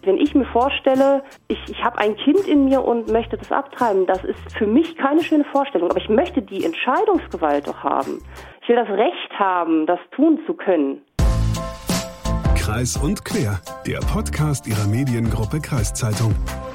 Wenn ich mir vorstelle, ich habe ein Kind in mir und möchte das abtreiben, das ist für mich keine schöne Vorstellung. Aber ich möchte die Entscheidungsgewalt doch haben. Ich will das Recht haben, das tun zu können. Kreis und Quer, der Podcast Ihrer Mediengruppe Kreiszeitung.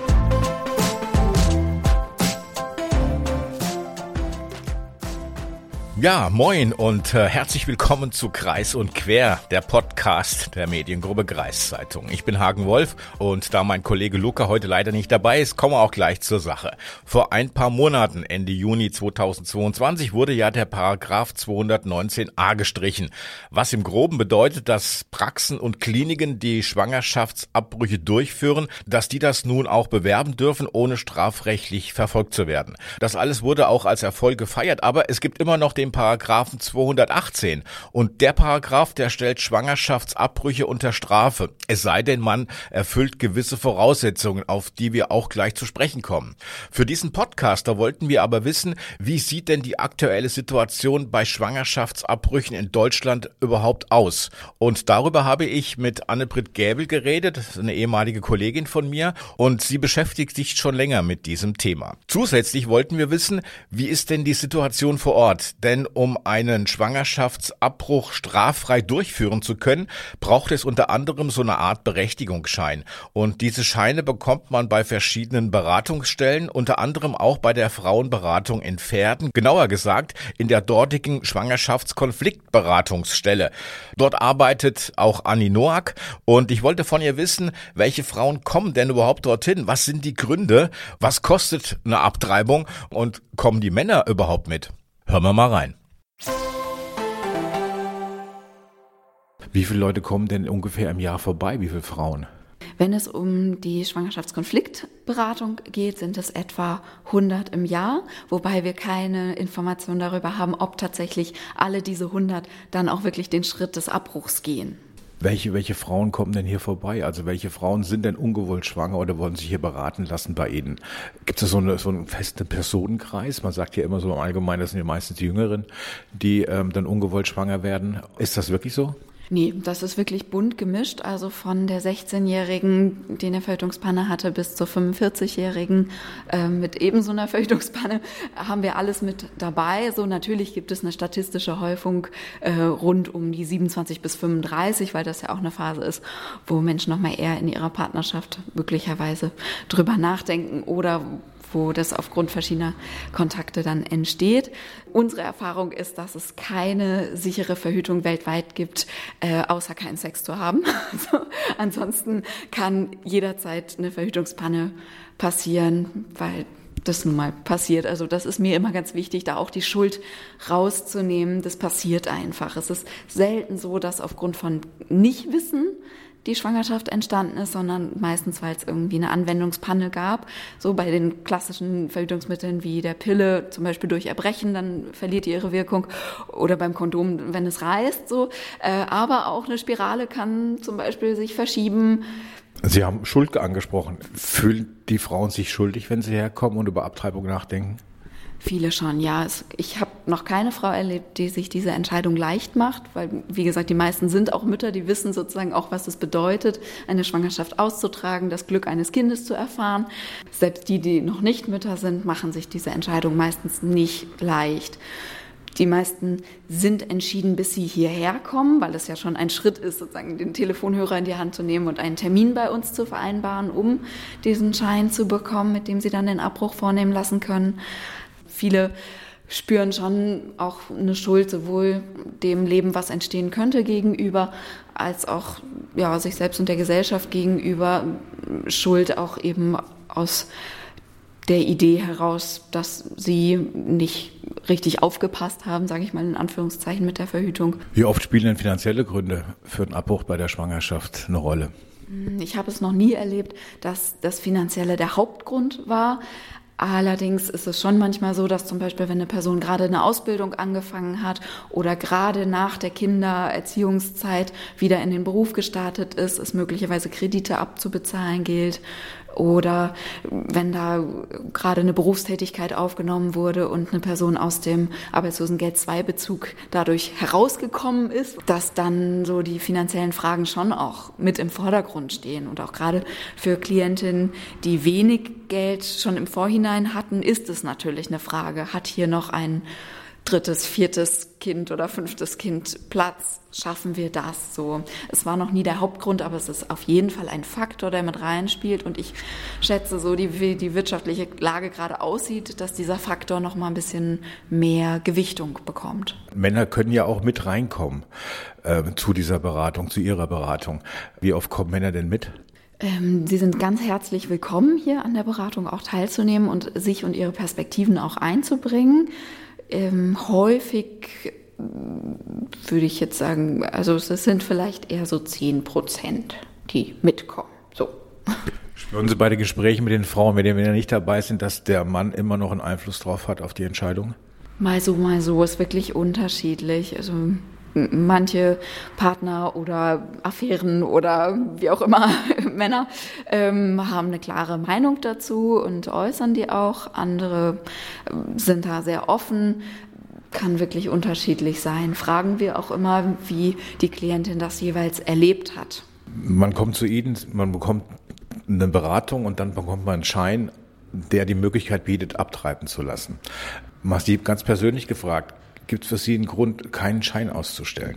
Ja, moin und herzlich willkommen zu Kreis und Quer, der Podcast der Mediengruppe Kreiszeitung. Ich bin Hagen Wolf und da mein Kollege Luca heute leider nicht dabei ist, kommen wir auch gleich zur Sache. Vor ein paar Monaten, Ende Juni 2022, wurde ja der Paragraph 219a gestrichen, was im Groben bedeutet, dass Praxen und Kliniken, die Schwangerschaftsabbrüche durchführen, dass die das nun auch bewerben dürfen, ohne strafrechtlich verfolgt zu werden. Das alles wurde auch als Erfolg gefeiert, aber es gibt immer noch den Paragraphen 218 und der Paragraph, der stellt Schwangerschaftsabbrüche unter Strafe, es sei denn, man erfüllt gewisse Voraussetzungen, auf die wir auch gleich zu sprechen kommen. Für diesen Podcast, da wollten wir aber wissen, wie sieht denn die aktuelle Situation bei Schwangerschaftsabbrüchen in Deutschland überhaupt aus? Und darüber habe ich mit Anne-Britt Gäbel geredet, das ist eine ehemalige Kollegin von mir und sie beschäftigt sich schon länger mit diesem Thema. Zusätzlich wollten wir wissen, wie ist denn die Situation vor Ort? Denn um einen Schwangerschaftsabbruch straffrei durchführen zu können, braucht es unter anderem so eine Art Berechtigungsschein. Und diese Scheine bekommt man bei verschiedenen Beratungsstellen, unter anderem auch bei der Frauenberatung in Verden, genauer gesagt in der dortigen Schwangerschaftskonfliktberatungsstelle. Dort arbeitet auch Anni Noack und ich wollte von ihr wissen, welche Frauen kommen denn überhaupt dorthin? Was sind die Gründe? Was kostet eine Abtreibung? Und kommen die Männer überhaupt mit? Hören wir mal rein. Wie viele Leute kommen denn ungefähr im Jahr vorbei? Wie viele Frauen? Wenn es um die Schwangerschaftskonfliktberatung geht, sind es etwa 100 im Jahr, wobei wir keine Information darüber haben, ob tatsächlich alle diese 100 dann auch wirklich den Schritt des Abbruchs gehen. Welche Frauen kommen denn hier vorbei? Also welche Frauen sind denn ungewollt schwanger oder wollen sich hier beraten lassen bei Ihnen? Gibt es so einen festen Personenkreis? Man sagt ja immer so im Allgemeinen, das sind ja meistens die Jüngeren, die dann ungewollt schwanger werden. Ist das wirklich so? Nee, das ist wirklich bunt gemischt, also von der 16-Jährigen, die eine Verhütungspanne hatte, bis zur 45-Jährigen mit ebenso einer Verhütungspanne, haben wir alles mit dabei. So natürlich gibt es eine statistische Häufung rund um die 27 bis 35, weil das ja auch eine Phase ist, wo Menschen nochmal eher in ihrer Partnerschaft möglicherweise drüber nachdenken oder wo das aufgrund verschiedener Kontakte dann entsteht. Unsere Erfahrung ist, dass es keine sichere Verhütung weltweit gibt, außer keinen Sex zu haben. Also, ansonsten kann jederzeit eine Verhütungspanne passieren, weil das nun mal passiert. Also das ist mir immer ganz wichtig, da auch die Schuld rauszunehmen. Das passiert einfach. Es ist selten so, dass aufgrund von Nichtwissen die Schwangerschaft entstanden ist, sondern meistens, weil es irgendwie eine Anwendungspanne gab. So bei den klassischen Verhütungsmitteln wie der Pille, zum Beispiel durch Erbrechen, dann verliert die ihre Wirkung. Oder beim Kondom, wenn es reißt. So. Aber auch eine Spirale kann zum Beispiel sich verschieben. Sie haben Schuld angesprochen. Fühlen die Frauen sich schuldig, wenn sie herkommen und über Abtreibung nachdenken? Viele schon, ja. Ich habe noch keine Frau erlebt, die sich diese Entscheidung leicht macht, weil, wie gesagt, die meisten sind auch Mütter, die wissen sozusagen auch, was es bedeutet, eine Schwangerschaft auszutragen, das Glück eines Kindes zu erfahren. Selbst die noch nicht Mütter sind, machen sich diese Entscheidung meistens nicht leicht. Die meisten sind entschieden, bis sie hierher kommen, weil es ja schon ein Schritt ist, sozusagen den Telefonhörer in die Hand zu nehmen und einen Termin bei uns zu vereinbaren, um diesen Schein zu bekommen, mit dem sie dann den Abbruch vornehmen lassen können. Viele spüren schon auch eine Schuld sowohl dem Leben, was entstehen könnte, gegenüber, als auch ja, sich selbst und der Gesellschaft gegenüber. Schuld auch eben aus der Idee heraus, dass sie nicht richtig aufgepasst haben, sage ich mal in Anführungszeichen, mit der Verhütung. Wie oft spielen denn finanzielle Gründe für einen Abbruch bei der Schwangerschaft eine Rolle? Ich habe es noch nie erlebt, dass das Finanzielle der Hauptgrund war. Allerdings ist es schon manchmal so, dass zum Beispiel, wenn eine Person gerade eine Ausbildung angefangen hat oder gerade nach der Kindererziehungszeit wieder in den Beruf gestartet ist, es möglicherweise Kredite abzubezahlen gilt. Oder wenn da gerade eine Berufstätigkeit aufgenommen wurde und eine Person aus dem Arbeitslosengeld-II-Bezug dadurch herausgekommen ist, dass dann so die finanziellen Fragen schon auch mit im Vordergrund stehen. Und auch gerade für Klientinnen, die wenig Geld schon im Vorhinein hatten, ist es natürlich eine Frage, hat hier noch ein 3., 4. Kind oder 5. Kind Platz? Schaffen wir das so? Es war noch nie der Hauptgrund, aber es ist auf jeden Fall ein Faktor, der mit reinspielt. Und ich schätze, so wie die wirtschaftliche Lage gerade aussieht, dass dieser Faktor noch mal ein bisschen mehr Gewichtung bekommt. Männer können ja auch mit reinkommen zu dieser Beratung, zu ihrer Beratung. Wie oft kommen Männer denn mit? Sie sind ganz herzlich willkommen, hier an der Beratung auch teilzunehmen und sich und ihre Perspektiven auch einzubringen. Häufig würde ich jetzt sagen, also es sind vielleicht eher so 10%, die mitkommen. So. Spüren Sie bei den Gesprächen mit den Frauen, wenn die nicht dabei sind, dass der Mann immer noch einen Einfluss drauf hat auf die Entscheidung? Mal so, ist wirklich unterschiedlich. Also manche Partner oder Affären oder wie auch immer Männer haben eine klare Meinung dazu und äußern die auch. Andere sind da sehr offen. Kann wirklich unterschiedlich sein. Fragen wir auch immer, wie die Klientin das jeweils erlebt hat. Man kommt zu Ihnen, man bekommt eine Beratung und dann bekommt man einen Schein, der die Möglichkeit bietet, abtreiben zu lassen. Mal Sie ganz persönlich gefragt, gibt es für Sie einen Grund, keinen Schein auszustellen?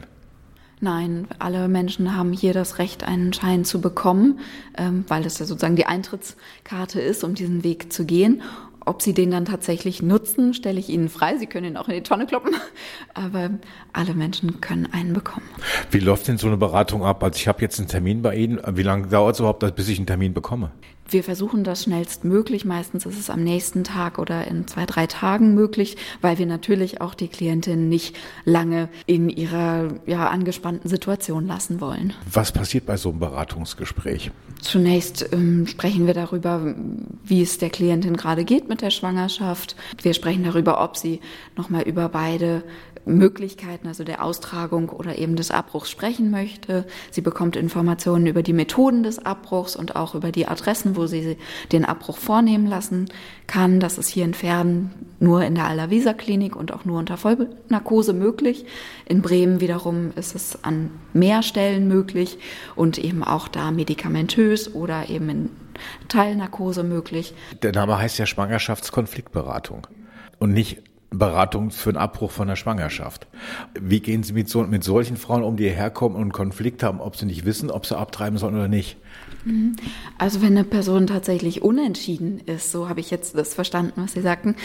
Nein, alle Menschen haben hier das Recht, einen Schein zu bekommen, weil das ja sozusagen die Eintrittskarte ist, um diesen Weg zu gehen. Ob Sie den dann tatsächlich nutzen, stelle ich Ihnen frei. Sie können ihn auch in die Tonne kloppen, aber alle Menschen können einen bekommen. Wie läuft denn so eine Beratung ab? Also ich habe jetzt einen Termin bei Ihnen. Wie lange dauert es überhaupt, bis ich einen Termin bekomme? Wir versuchen das schnellstmöglich. Meistens ist es am nächsten Tag oder in 2-3 Tagen möglich, weil wir natürlich auch die Klientin nicht lange in ihrer angespannten Situation lassen wollen. Was passiert bei so einem Beratungsgespräch? Zunächst sprechen wir darüber, wie es der Klientin gerade geht mit der Schwangerschaft. Wir sprechen darüber, ob sie nochmal über beide Möglichkeiten, also der Austragung oder eben des Abbruchs sprechen möchte. Sie bekommt Informationen über die Methoden des Abbruchs und auch über die Adressen, wo sie den Abbruch vornehmen lassen kann. Das ist hier in Verden nur in der Alla-Visa-Klinik und auch nur unter Vollnarkose möglich. In Bremen wiederum ist es an mehr Stellen möglich und eben auch da medikamentös oder eben in Teilnarkose möglich. Der Name heißt ja Schwangerschaftskonfliktberatung und nicht Beratung für einen Abbruch von der Schwangerschaft. Wie gehen Sie mit solchen Frauen um, die hierher kommen und einen Konflikt haben, ob sie nicht wissen, ob sie abtreiben sollen oder nicht? Also wenn eine Person tatsächlich unentschieden ist, so habe ich jetzt das verstanden, was Sie sagten,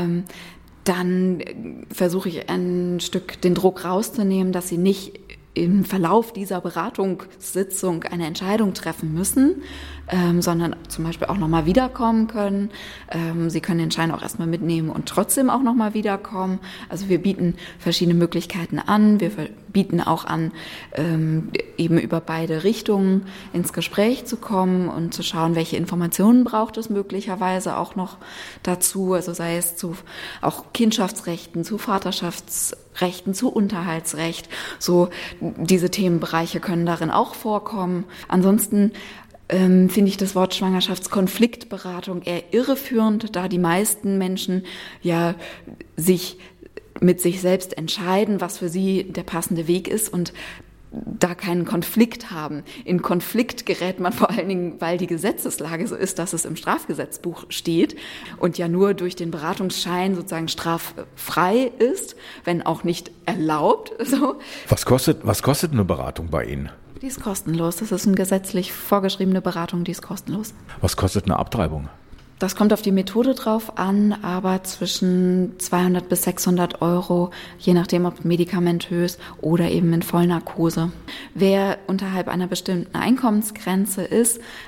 dann versuche ich ein Stück den Druck rauszunehmen, dass sie nicht im Verlauf dieser Beratungssitzung eine Entscheidung treffen müssen, sondern zum Beispiel auch nochmal wiederkommen können. Sie können den Schein auch erstmal mitnehmen und trotzdem auch nochmal wiederkommen. Also wir bieten verschiedene Möglichkeiten an. Wir bieten auch an, eben über beide Richtungen ins Gespräch zu kommen und zu schauen, welche Informationen braucht es möglicherweise auch noch dazu. Also sei es zu auch Kindschaftsrechten, zu Vaterschaftsrechten, zu Unterhaltsrecht. So diese Themenbereiche können darin auch vorkommen. Ansonsten finde ich das Wort Schwangerschaftskonfliktberatung eher irreführend, da die meisten Menschen ja sich mit sich selbst entscheiden, was für sie der passende Weg ist und da keinen Konflikt haben. In Konflikt gerät man vor allen Dingen, weil die Gesetzeslage so ist, dass es im Strafgesetzbuch steht und ja nur durch den Beratungsschein sozusagen straffrei ist, wenn auch nicht erlaubt. So. Was kostet eine Beratung bei Ihnen? Die ist kostenlos. Das ist eine gesetzlich vorgeschriebene Beratung, die ist kostenlos. Was kostet eine Abtreibung? Das kommt auf die Methode drauf an, aber zwischen 200 bis 600 Euro, je nachdem ob medikamentös oder eben in Vollnarkose. Wer unterhalb einer bestimmten Einkommensgrenze ist,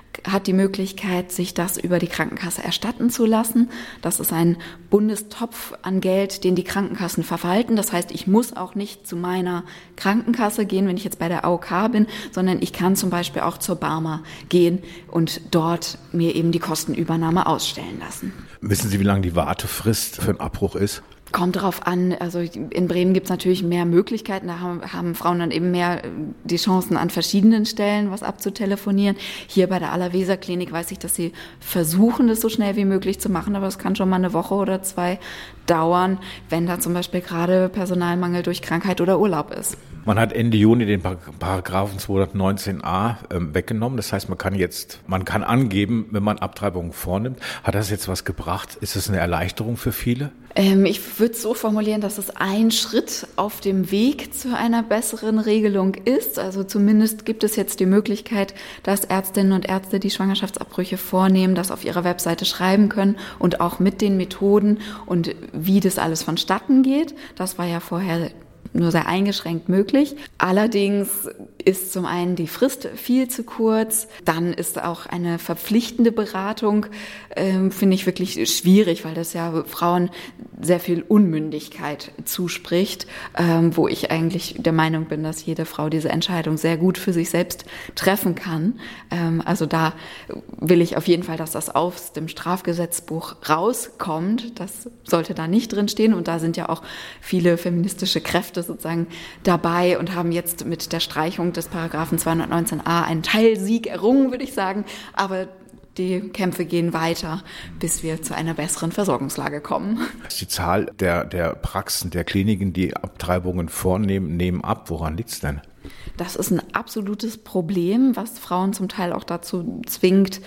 hat die Möglichkeit, sich das über die Krankenkasse erstatten zu lassen. Das ist ein Bundestopf an Geld, den die Krankenkassen verwalten. Das heißt, ich muss auch nicht zu meiner Krankenkasse gehen, wenn ich jetzt bei der AOK bin, sondern ich kann zum Beispiel auch zur Barmer gehen und dort mir eben die Kostenübernahme ausstellen lassen. Wissen Sie, wie lange die Wartefrist für einen Abbruch ist? Kommt drauf an, also in Bremen gibt es natürlich mehr Möglichkeiten, da haben Frauen dann eben mehr die Chancen, an verschiedenen Stellen was abzutelefonieren. Hier bei der Aller-Weser-Klinik weiß ich, dass sie versuchen, das so schnell wie möglich zu machen, aber es kann schon mal eine Woche oder 2 dauern, wenn da zum Beispiel gerade Personalmangel durch Krankheit oder Urlaub ist. Man hat Ende Juni den Paragraphen 219a weggenommen. Das heißt, man kann angeben, wenn man Abtreibungen vornimmt. Hat das jetzt was gebracht? Ist es eine Erleichterung für viele? Ich würde es so formulieren, dass es ein Schritt auf dem Weg zu einer besseren Regelung ist. Also zumindest gibt es jetzt die Möglichkeit, dass Ärztinnen und Ärzte, die Schwangerschaftsabbrüche vornehmen, das auf ihrer Webseite schreiben können und auch mit den Methoden und wie das alles vonstatten geht. Das war ja vorher nur sehr eingeschränkt möglich. Allerdings ist zum einen die Frist viel zu kurz, dann ist auch eine verpflichtende Beratung, finde ich wirklich schwierig, weil das ja Frauen sehr viel Unmündigkeit zuspricht, wo ich eigentlich der Meinung bin, dass jede Frau diese Entscheidung sehr gut für sich selbst treffen kann. Also da will ich auf jeden Fall, dass das aus dem Strafgesetzbuch rauskommt. Das sollte da nicht drin stehen und da sind ja auch viele feministische Kräfte sozusagen dabei und haben jetzt mit der Streichung des Paragraphen 219a einen Teilsieg errungen, würde ich sagen. Aber die Kämpfe gehen weiter, bis wir zu einer besseren Versorgungslage kommen. Die Zahl der Praxen, der Kliniken, die Abtreibungen vornehmen, nehmen ab. Woran liegt es denn? Das ist ein absolutes Problem, was Frauen zum Teil auch dazu zwingt,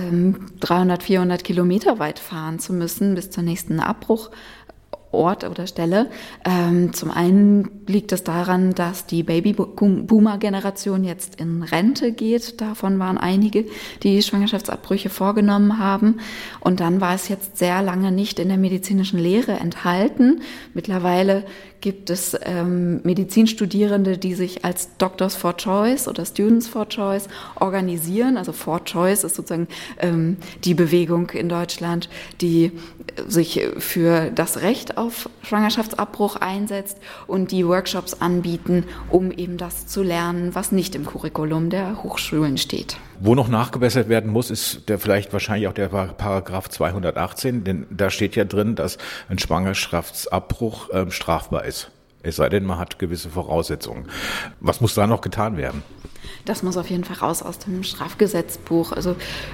300, 400 Kilometer weit fahren zu müssen bis zur nächsten Abbruchort oder Stelle. Zum einen liegt es daran, dass die Babyboomer-Generation jetzt in Rente geht. Davon waren einige, die Schwangerschaftsabbrüche vorgenommen haben. Und dann war es jetzt sehr lange nicht in der medizinischen Lehre enthalten. Mittlerweile gibt es Medizinstudierende, die sich als Doctors for Choice oder Students for Choice organisieren. Also for Choice ist sozusagen die Bewegung in Deutschland, die sich für das Recht auf Schwangerschaftsabbruch einsetzt und die Workshops anbieten, um eben das zu lernen, was nicht im Curriculum der Hochschulen steht. Wo noch nachgebessert werden muss, ist wahrscheinlich auch der Paragraph 218, denn da steht ja drin, dass ein Schwangerschaftsabbruch strafbar ist. Es sei denn, man hat gewisse Voraussetzungen. Was muss da noch getan werden? Das muss auf jeden Fall raus aus dem Strafgesetzbuch. Also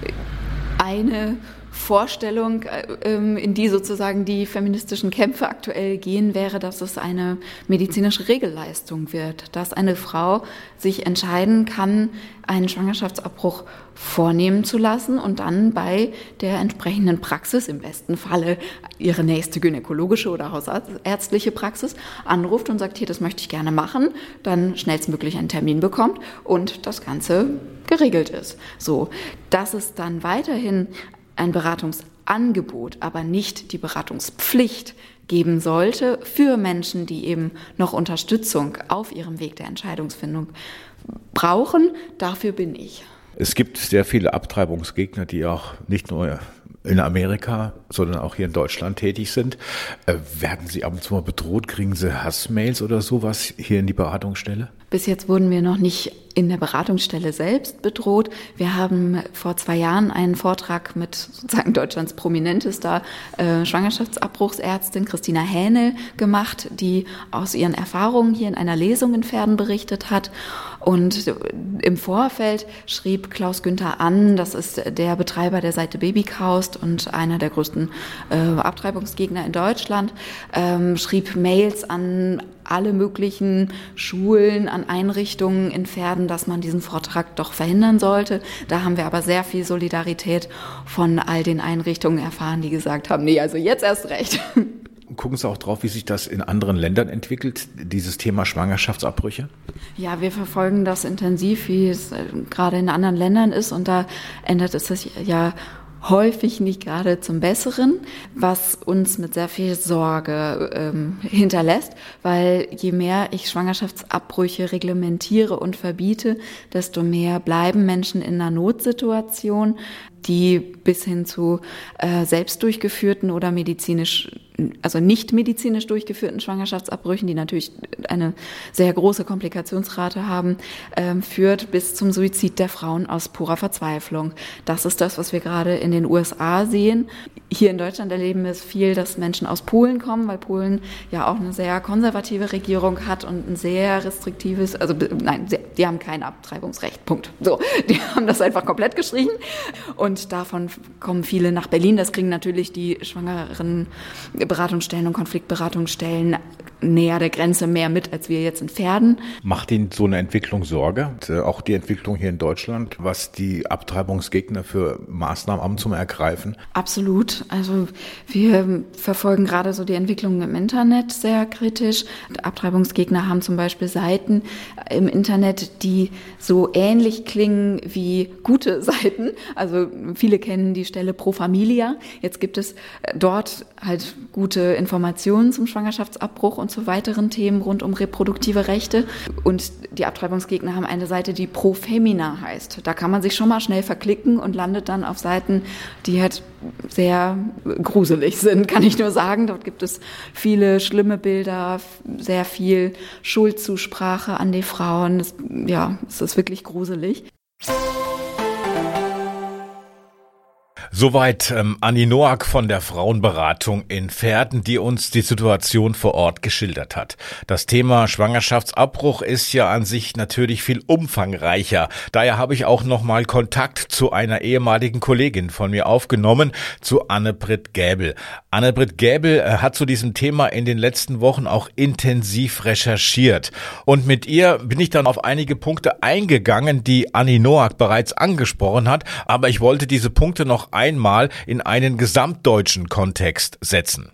eine Vorstellung, in die sozusagen die feministischen Kämpfe aktuell gehen, wäre, dass es eine medizinische Regelleistung wird, dass eine Frau sich entscheiden kann, einen Schwangerschaftsabbruch vornehmen zu lassen und dann bei der entsprechenden Praxis, im besten Falle ihre nächste gynäkologische oder hausärztliche Praxis, anruft und sagt, hier, das möchte ich gerne machen, dann schnellstmöglich einen Termin bekommt und das Ganze geregelt ist. So, dass es dann weiterhin ein Beratungsangebot, aber nicht die Beratungspflicht geben sollte für Menschen, die eben noch Unterstützung auf ihrem Weg der Entscheidungsfindung brauchen. Dafür bin ich. Es gibt sehr viele Abtreibungsgegner, die auch nicht nur in Amerika, sondern auch hier in Deutschland tätig sind. Werden Sie ab und zu mal bedroht? Kriegen Sie Hassmails oder sowas hier in die Beratungsstelle? Bis jetzt wurden wir noch nicht in der Beratungsstelle selbst bedroht. Wir haben vor 2 Jahren einen Vortrag mit sozusagen Deutschlands prominentester Schwangerschaftsabbruchsärztin Christina Hähnel gemacht, die aus ihren Erfahrungen hier in einer Lesung in Verden berichtet hat. Und im Vorfeld schrieb Klaus Günther Ann, das ist der Betreiber der Seite Babykaust und einer der größten Abtreibungsgegner in Deutschland, schrieb Mails an alle möglichen Schulen, an Einrichtungen in Verden, dass man diesen Vortrag doch verhindern sollte. Da haben wir aber sehr viel Solidarität von all den Einrichtungen erfahren, die gesagt haben, nee, also jetzt erst recht. Gucken Sie auch drauf, wie sich das in anderen Ländern entwickelt, dieses Thema Schwangerschaftsabbrüche? Ja, wir verfolgen das intensiv, wie es gerade in anderen Ländern ist. Und da ändert es sich ja häufig nicht gerade zum Besseren, was uns mit sehr viel Sorge hinterlässt, weil je mehr ich Schwangerschaftsabbrüche reglementiere und verbiete, desto mehr bleiben Menschen in einer Notsituation, die bis hin zu selbst durchgeführten oder nicht medizinisch durchgeführten Schwangerschaftsabbrüchen, die natürlich eine sehr große Komplikationsrate haben, führt bis zum Suizid der Frauen aus purer Verzweiflung. Das ist das, was wir gerade in den USA sehen. Hier in Deutschland erleben wir es viel, dass Menschen aus Polen kommen, weil Polen ja auch eine sehr konservative Regierung hat und ein sehr restriktives, die haben kein Abtreibungsrecht, Punkt. So, die haben das einfach komplett gestrichen und davon kommen viele nach Berlin. Das kriegen natürlich die schwangeren Beratungsstellen und Konfliktberatungsstellen näher der Grenze mehr mit, als wir jetzt in Pferden. Macht Ihnen so eine Entwicklung Sorge? Auch die Entwicklung hier in Deutschland, was die Abtreibungsgegner für Maßnahmen haben zum Ergreifen? Absolut. Also wir verfolgen gerade so die Entwicklung im Internet sehr kritisch. Abtreibungsgegner haben zum Beispiel Seiten im Internet, die so ähnlich klingen wie gute Seiten. Also viele kennen die Stelle Pro Familia. Jetzt gibt es dort halt gute Informationen zum Schwangerschaftsabbruch und zu weiteren Themen rund um reproduktive Rechte. Und die Abtreibungsgegner haben eine Seite, die Pro Femina heißt. Da kann man sich schon mal schnell verklicken und landet dann auf Seiten, die halt sehr gruselig sind, kann ich nur sagen. Dort gibt es viele schlimme Bilder, sehr viel Schuldzusprache an die Frauen. Es ist wirklich gruselig. Soweit Anni Noack von der Frauenberatung in Pferden, die uns die Situation vor Ort geschildert hat. Das Thema Schwangerschaftsabbruch ist ja an sich natürlich viel umfangreicher. Daher habe ich auch nochmal Kontakt zu einer ehemaligen Kollegin von mir aufgenommen, zu Anne-Britt Gäbel. Anne-Britt Gäbel hat zu diesem Thema in den letzten Wochen auch intensiv recherchiert. Und mit ihr bin ich dann auf einige Punkte eingegangen, die Anni Noack bereits angesprochen hat. Aber ich wollte diese Punkte noch einmal in einen gesamtdeutschen Kontext setzen.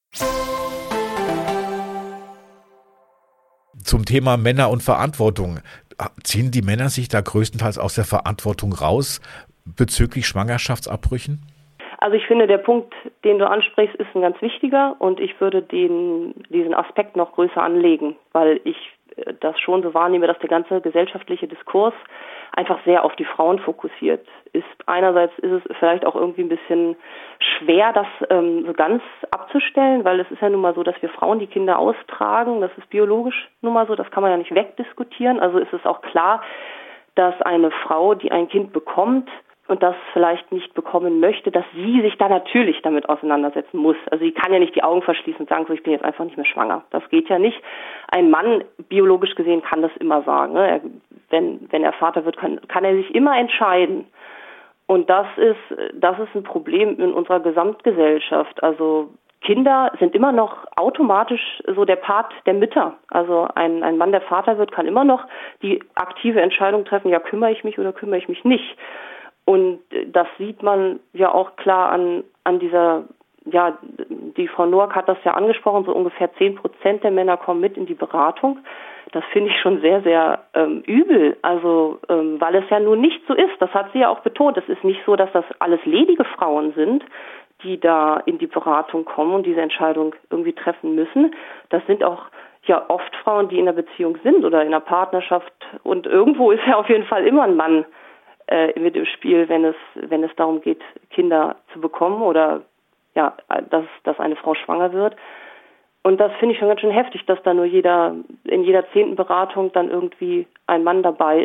Zum Thema Männer und Verantwortung. Ziehen die Männer sich da größtenteils aus der Verantwortung raus bezüglich Schwangerschaftsabbrüchen? Also ich finde, der Punkt, den du ansprichst, ist ein ganz wichtiger und ich würde diesen Aspekt noch größer anlegen, weil ich das schon so wahrnehme, dass der ganze gesellschaftliche Diskurs einfach sehr auf die Frauen fokussiert ist. Einerseits ist es vielleicht auch irgendwie ein bisschen schwer, das so ganz abzustellen, weil es ist ja nun mal so, dass wir Frauen die Kinder austragen. Das ist biologisch nun mal so, das kann man ja nicht wegdiskutieren. Also ist es auch klar, dass eine Frau, die ein Kind bekommt und das vielleicht nicht bekommen möchte, dass sie sich da natürlich damit auseinandersetzen muss. Also sie kann ja nicht die Augen verschließen und sagen, so, ich bin jetzt einfach nicht mehr schwanger. Das geht ja nicht. Ein Mann, biologisch gesehen, kann das immer sagen. Ne? Wenn er Vater wird, kann er sich immer entscheiden. Und das ist ein Problem in unserer Gesamtgesellschaft. Also Kinder sind immer noch automatisch so der Part der Mütter. Also ein Mann, der Vater wird, kann immer noch die aktive Entscheidung treffen, ja, kümmere ich mich oder kümmere ich mich nicht. Und das sieht man ja auch klar an dieser, ja, die Frau Noack hat das ja angesprochen, so ungefähr 10% der Männer kommen mit in die Beratung. Das finde ich schon sehr, sehr übel, also weil es ja nun nicht so ist, das hat sie ja auch betont. Es ist nicht so, dass das alles ledige Frauen sind, die da in die Beratung kommen und diese Entscheidung irgendwie treffen müssen. Das sind auch ja oft Frauen, die in einer Beziehung sind oder in einer Partnerschaft und irgendwo ist ja auf jeden Fall immer ein Mann mit im Spiel, wenn es darum geht, Kinder zu bekommen oder ja, dass eine Frau schwanger wird. Und das finde ich schon ganz schön heftig, dass da nur in jeder 10. Beratung dann irgendwie ein Mann dabei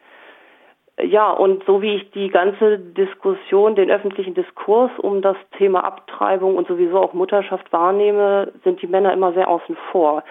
ist. Ja, und so wie ich die ganze Diskussion, den öffentlichen Diskurs um das Thema Abtreibung und sowieso auch Mutterschaft wahrnehme, sind die Männer immer sehr außen vor.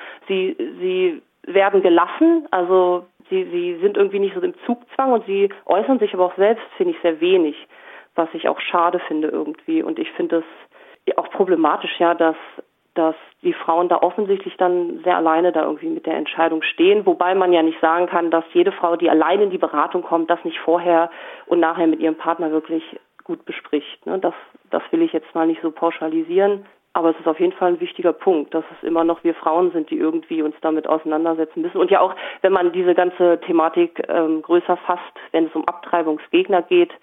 Sie werden gelassen, also sie sind irgendwie nicht so im Zugzwang und sie äußern sich aber auch selbst, finde ich, sehr wenig, was ich auch schade finde irgendwie. Und ich finde es auch problematisch, ja, dass die Frauen da offensichtlich dann sehr alleine da irgendwie mit der Entscheidung stehen, wobei man ja nicht sagen kann, dass jede Frau, die alleine in die Beratung kommt, das nicht vorher und nachher mit ihrem Partner wirklich gut bespricht. Ne? Das will ich jetzt mal nicht so pauschalisieren, aber es ist auf jeden Fall ein wichtiger Punkt, dass es immer noch wir Frauen sind, die irgendwie uns damit auseinandersetzen müssen. Und ja auch, wenn man diese ganze Thematik größer fasst, wenn es um Abtreibungsgegner geht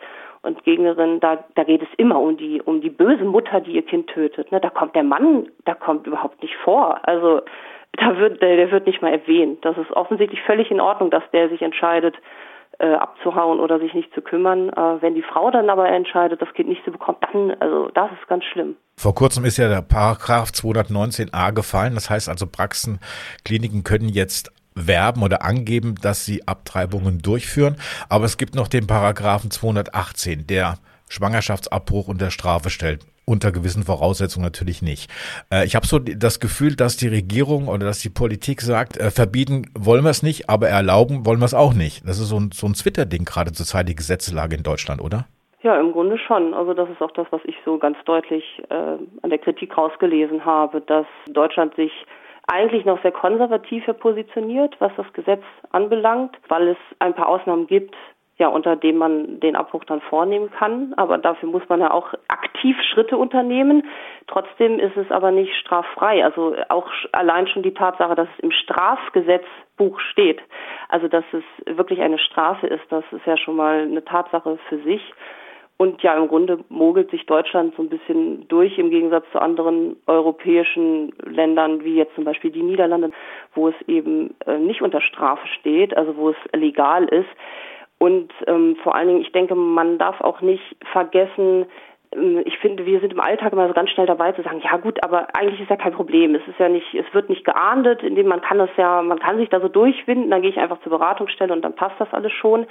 und Gegnerinnen, da geht es immer um die böse Mutter, die ihr Kind tötet. Ne? Da kommt der Mann, überhaupt nicht vor. Also der wird nicht mal erwähnt. Das ist offensichtlich völlig in Ordnung, dass der sich entscheidet, abzuhauen oder sich nicht zu kümmern. Wenn die Frau dann aber entscheidet, das Kind nicht zu bekommen, dann, also das ist ganz schlimm. Vor kurzem ist ja der Paragraph 219a gefallen. Das heißt also, Praxen, Kliniken können jetzt werben oder angeben, dass sie Abtreibungen durchführen. Aber es gibt noch den Paragraphen 218, der Schwangerschaftsabbruch unter Strafe stellt. Unter gewissen Voraussetzungen natürlich nicht. Ich habe so das Gefühl, dass die Regierung oder dass die Politik sagt, verbieten wollen wir es nicht, aber erlauben wollen wir es auch nicht. Das ist so ein Twitter-Ding gerade zur Zeit, die Gesetzeslage in Deutschland, oder? Ja, im Grunde schon. Also das ist auch das, was ich so ganz deutlich an der Kritik rausgelesen habe, dass Deutschland sich eigentlich noch sehr konservativ positioniert, was das Gesetz anbelangt, weil es ein paar Ausnahmen gibt, ja, unter dem man den Abbruch dann vornehmen kann. Aber dafür muss man ja auch aktiv Schritte unternehmen. Trotzdem ist es aber nicht straffrei. Also auch allein schon die Tatsache, dass es im Strafgesetzbuch steht, also dass es wirklich eine Strafe ist, das ist ja schon mal eine Tatsache für sich. Und ja, im Grunde mogelt sich Deutschland so ein bisschen durch im Gegensatz zu anderen europäischen Ländern, wie jetzt zum Beispiel die Niederlande, wo es eben nicht unter Strafe steht, also wo es legal ist. Und vor allen Dingen, ich denke, man darf auch nicht vergessen, ich finde, wir sind im Alltag immer so ganz schnell dabei zu sagen, ja gut, aber eigentlich ist ja kein Problem. Es wird nicht geahndet, indem man kann sich da so durchwinden, dann gehe ich einfach zur Beratungsstelle und dann passt das alles schon.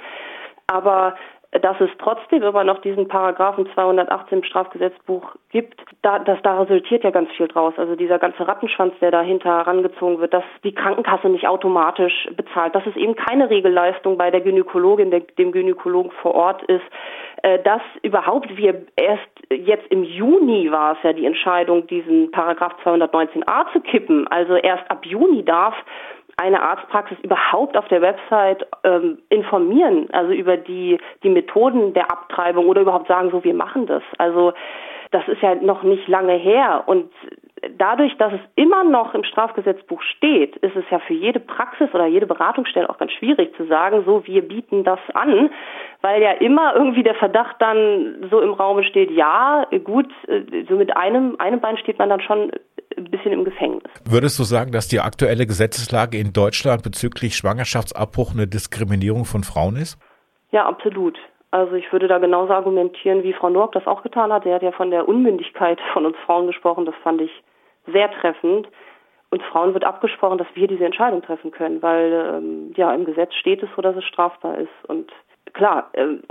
Aber dass es trotzdem immer noch diesen Paragraphen 218 im Strafgesetzbuch gibt, da resultiert ja ganz viel draus. Also dieser ganze Rattenschwanz, der dahinter herangezogen wird, dass die Krankenkasse nicht automatisch bezahlt, dass es eben keine Regelleistung bei der Gynäkologin, dem Gynäkologen vor Ort ist, dass überhaupt wir erst jetzt im Juni war es ja die Entscheidung, diesen Paragraph 219a zu kippen. Also erst ab Juni darf eine Arztpraxis überhaupt auf der Website informieren, also über die Methoden der Abtreibung oder überhaupt sagen, so wir machen das. Also das ist ja noch nicht lange her und dadurch, dass es immer noch im Strafgesetzbuch steht, ist es ja für jede Praxis oder jede Beratungsstelle auch ganz schwierig zu sagen, so wir bieten das an, weil ja immer irgendwie der Verdacht dann so im Raum steht, ja gut, so mit einem Bein steht man dann schon ein bisschen im Gefängnis. Würdest du sagen, dass die aktuelle Gesetzeslage in Deutschland bezüglich Schwangerschaftsabbruch eine Diskriminierung von Frauen ist? Ja, absolut. Also ich würde da genauso argumentieren, wie Frau Noack das auch getan hat. Sie hat ja von der Unmündigkeit von uns Frauen gesprochen. Das fand ich sehr treffend. Und Frauen wird abgesprochen, dass wir diese Entscheidung treffen können, weil im Gesetz steht es so, dass es strafbar ist. Und klar,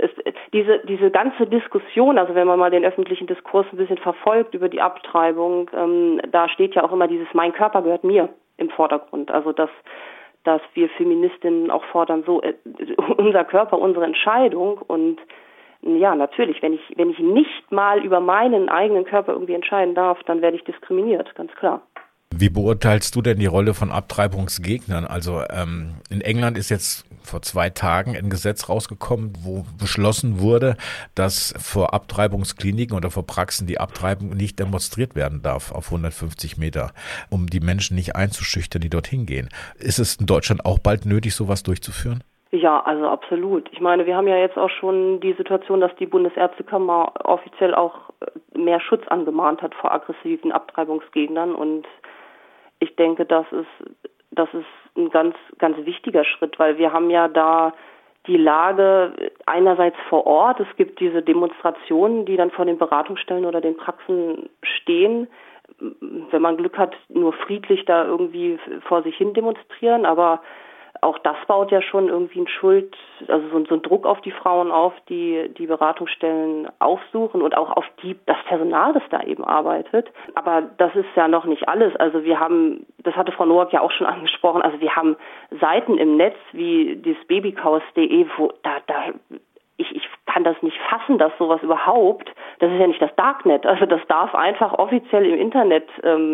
diese ganze Diskussion, also wenn man mal den öffentlichen Diskurs ein bisschen verfolgt über die Abtreibung, da steht ja auch immer dieses Mein Körper gehört mir im Vordergrund. Also dass wir Feministinnen auch fordern, so unser Körper, unsere Entscheidung. Und ja, natürlich, wenn ich nicht mal über meinen eigenen Körper irgendwie entscheiden darf, dann werde ich diskriminiert, ganz klar. Wie beurteilst du denn die Rolle von Abtreibungsgegnern? Also in England ist jetzt vor 2 Tagen ein Gesetz rausgekommen, wo beschlossen wurde, dass vor Abtreibungskliniken oder vor Praxen die Abtreibung nicht demonstriert werden darf auf 150 Meter, um die Menschen nicht einzuschüchtern, die dorthin gehen. Ist es in Deutschland auch bald nötig, sowas durchzuführen? Ja, also absolut. Ich meine, wir haben ja jetzt auch schon die Situation, dass die Bundesärztekammer offiziell auch mehr Schutz angemahnt hat vor aggressiven Abtreibungsgegnern und ich denke, das ist ein ganz, ganz wichtiger Schritt, weil wir haben ja da die Lage einerseits vor Ort. Es gibt diese Demonstrationen, die dann vor den Beratungsstellen oder den Praxen stehen. Wenn man Glück hat, nur friedlich da irgendwie vor sich hin demonstrieren, aber auch das baut ja schon irgendwie so ein Druck auf die Frauen auf, die Beratungsstellen aufsuchen und auch auf das Personal, das da eben arbeitet. Aber das ist ja noch nicht alles. Also das hatte Frau Noack ja auch schon angesprochen, also wir haben Seiten im Netz wie dieses babychaos.de, wo ich kann das nicht fassen, dass sowas überhaupt, das ist ja nicht das Darknet, also das darf einfach offiziell im Internet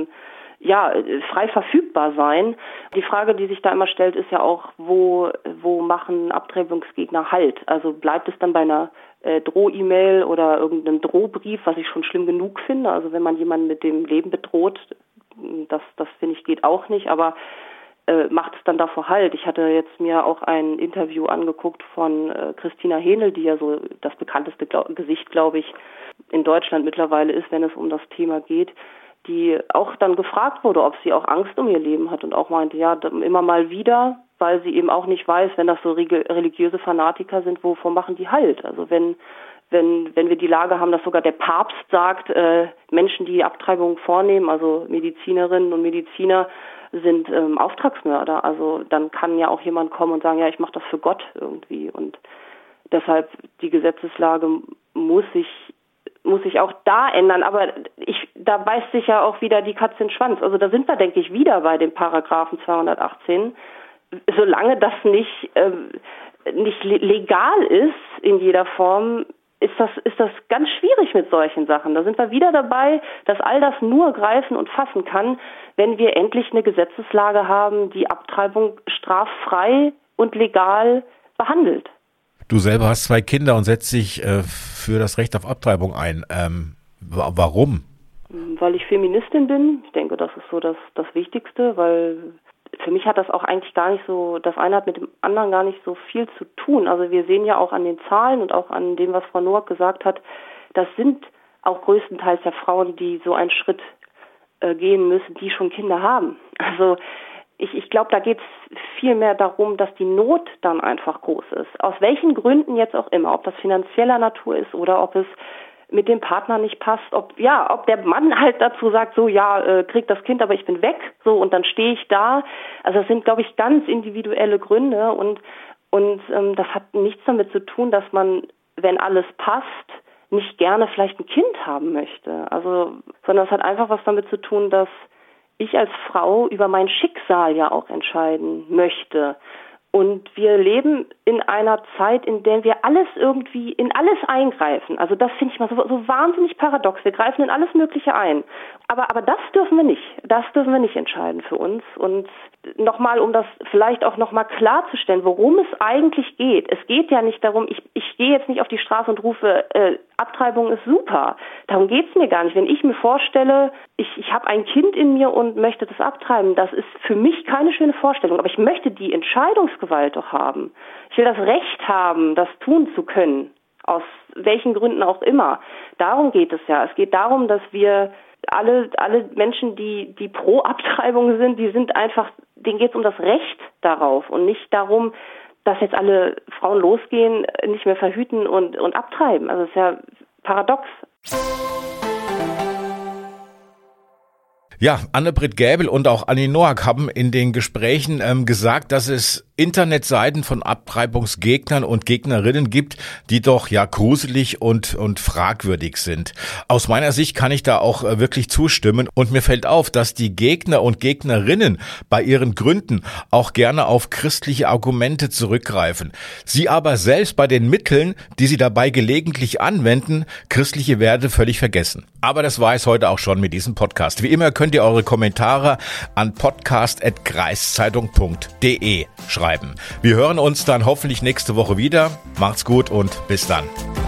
frei verfügbar sein. Die Frage, die sich da immer stellt, ist ja auch, wo machen Abtreibungsgegner Halt? Also bleibt es dann bei einer Droh-E-Mail oder irgendeinem Drohbrief, was ich schon schlimm genug finde. Also wenn man jemanden mit dem Leben bedroht, das finde ich geht auch nicht. Aber macht es dann davor Halt. Ich hatte jetzt mir auch ein Interview angeguckt von Christina Hähnel, die ja so das bekannteste Gesicht, glaube ich, in Deutschland mittlerweile ist, wenn es um das Thema geht, die auch dann gefragt wurde, ob sie auch Angst um ihr Leben hat und auch meinte, ja, immer mal wieder, weil sie eben auch nicht weiß, wenn das so religiöse Fanatiker sind, wovor machen die Halt? Also wenn wir die Lage haben, dass sogar der Papst sagt, Menschen, die Abtreibung vornehmen, also Medizinerinnen und Mediziner, sind Auftragsmörder. Also dann kann ja auch jemand kommen und sagen, ja, ich mache das für Gott irgendwie. Und deshalb die Gesetzeslage muss sich auch da ändern. Aber da beißt sich ja auch wieder die Katze in den Schwanz. Also da sind wir, denke ich, wieder bei dem Paragraphen 218. Solange das nicht legal ist in jeder Form, ist das ganz schwierig mit solchen Sachen. Da sind wir wieder dabei, dass all das nur greifen und fassen kann, wenn wir endlich eine Gesetzeslage haben, die Abtreibung straffrei und legal behandelt. Du selber hast 2 Kinder und setzt dich für das Recht auf Abtreibung ein. Warum? Weil ich Feministin bin. Ich denke, das ist so das Wichtigste, weil für mich hat das auch eigentlich gar nicht so, das eine hat mit dem anderen gar nicht so viel zu tun. Also wir sehen ja auch an den Zahlen und auch an dem, was Frau Noack gesagt hat, das sind auch größtenteils ja Frauen, die so einen Schritt gehen müssen, die schon Kinder haben. Also ich glaube, da geht es viel mehr darum, dass die Not dann einfach groß ist. Aus welchen Gründen jetzt auch immer, ob das finanzieller Natur ist oder ob es mit dem Partner nicht passt, ob der Mann halt dazu sagt, so krieg das Kind, aber ich bin weg, so, und dann stehe ich da. Also das sind, glaube ich, ganz individuelle Gründe und das hat nichts damit zu tun, dass man, wenn alles passt, nicht gerne vielleicht ein Kind haben möchte. Also, sondern es hat einfach was damit zu tun, dass ich als Frau über mein Schicksal ja auch entscheiden möchte. Und wir leben in einer Zeit, in der wir alles irgendwie in alles eingreifen. Also das finde ich mal so wahnsinnig paradox. Wir greifen in alles Mögliche ein. Aber das dürfen wir nicht. Das dürfen wir nicht entscheiden für uns. Und nochmal, um das vielleicht auch nochmal klarzustellen, worum es eigentlich geht. Es geht ja nicht darum, ich gehe jetzt nicht auf die Straße und rufe, Abtreibung ist super. Darum geht es mir gar nicht. Wenn ich mir vorstelle, ich habe ein Kind in mir und möchte das abtreiben, das ist für mich keine schöne Vorstellung. Aber ich möchte die Entscheidungsgewalt doch haben. Ich will das Recht haben, das tun zu können. Aus welchen Gründen auch immer. Darum geht es ja. Es geht darum, dass wir alle Menschen, die pro Abtreibung sind, die sind einfach, denen geht es um das Recht darauf und nicht darum, dass jetzt alle Frauen losgehen, nicht mehr verhüten und abtreiben. Also es ist ja paradox. Ja, Anne-Britt Gäbel und auch Annie Noack haben in den Gesprächen gesagt, dass es Internetseiten von Abtreibungsgegnern und Gegnerinnen gibt, die doch ja gruselig und fragwürdig sind. Aus meiner Sicht kann ich da auch wirklich zustimmen und mir fällt auf, dass die Gegner und Gegnerinnen bei ihren Gründen auch gerne auf christliche Argumente zurückgreifen. Sie aber selbst bei den Mitteln, die sie dabei gelegentlich anwenden, christliche Werte völlig vergessen. Aber das war es heute auch schon mit diesem Podcast. Wie immer könnt ihr eure Kommentare an podcast@kreiszeitung.de schreiben. Wir hören uns dann hoffentlich nächste Woche wieder. Macht's gut und bis dann.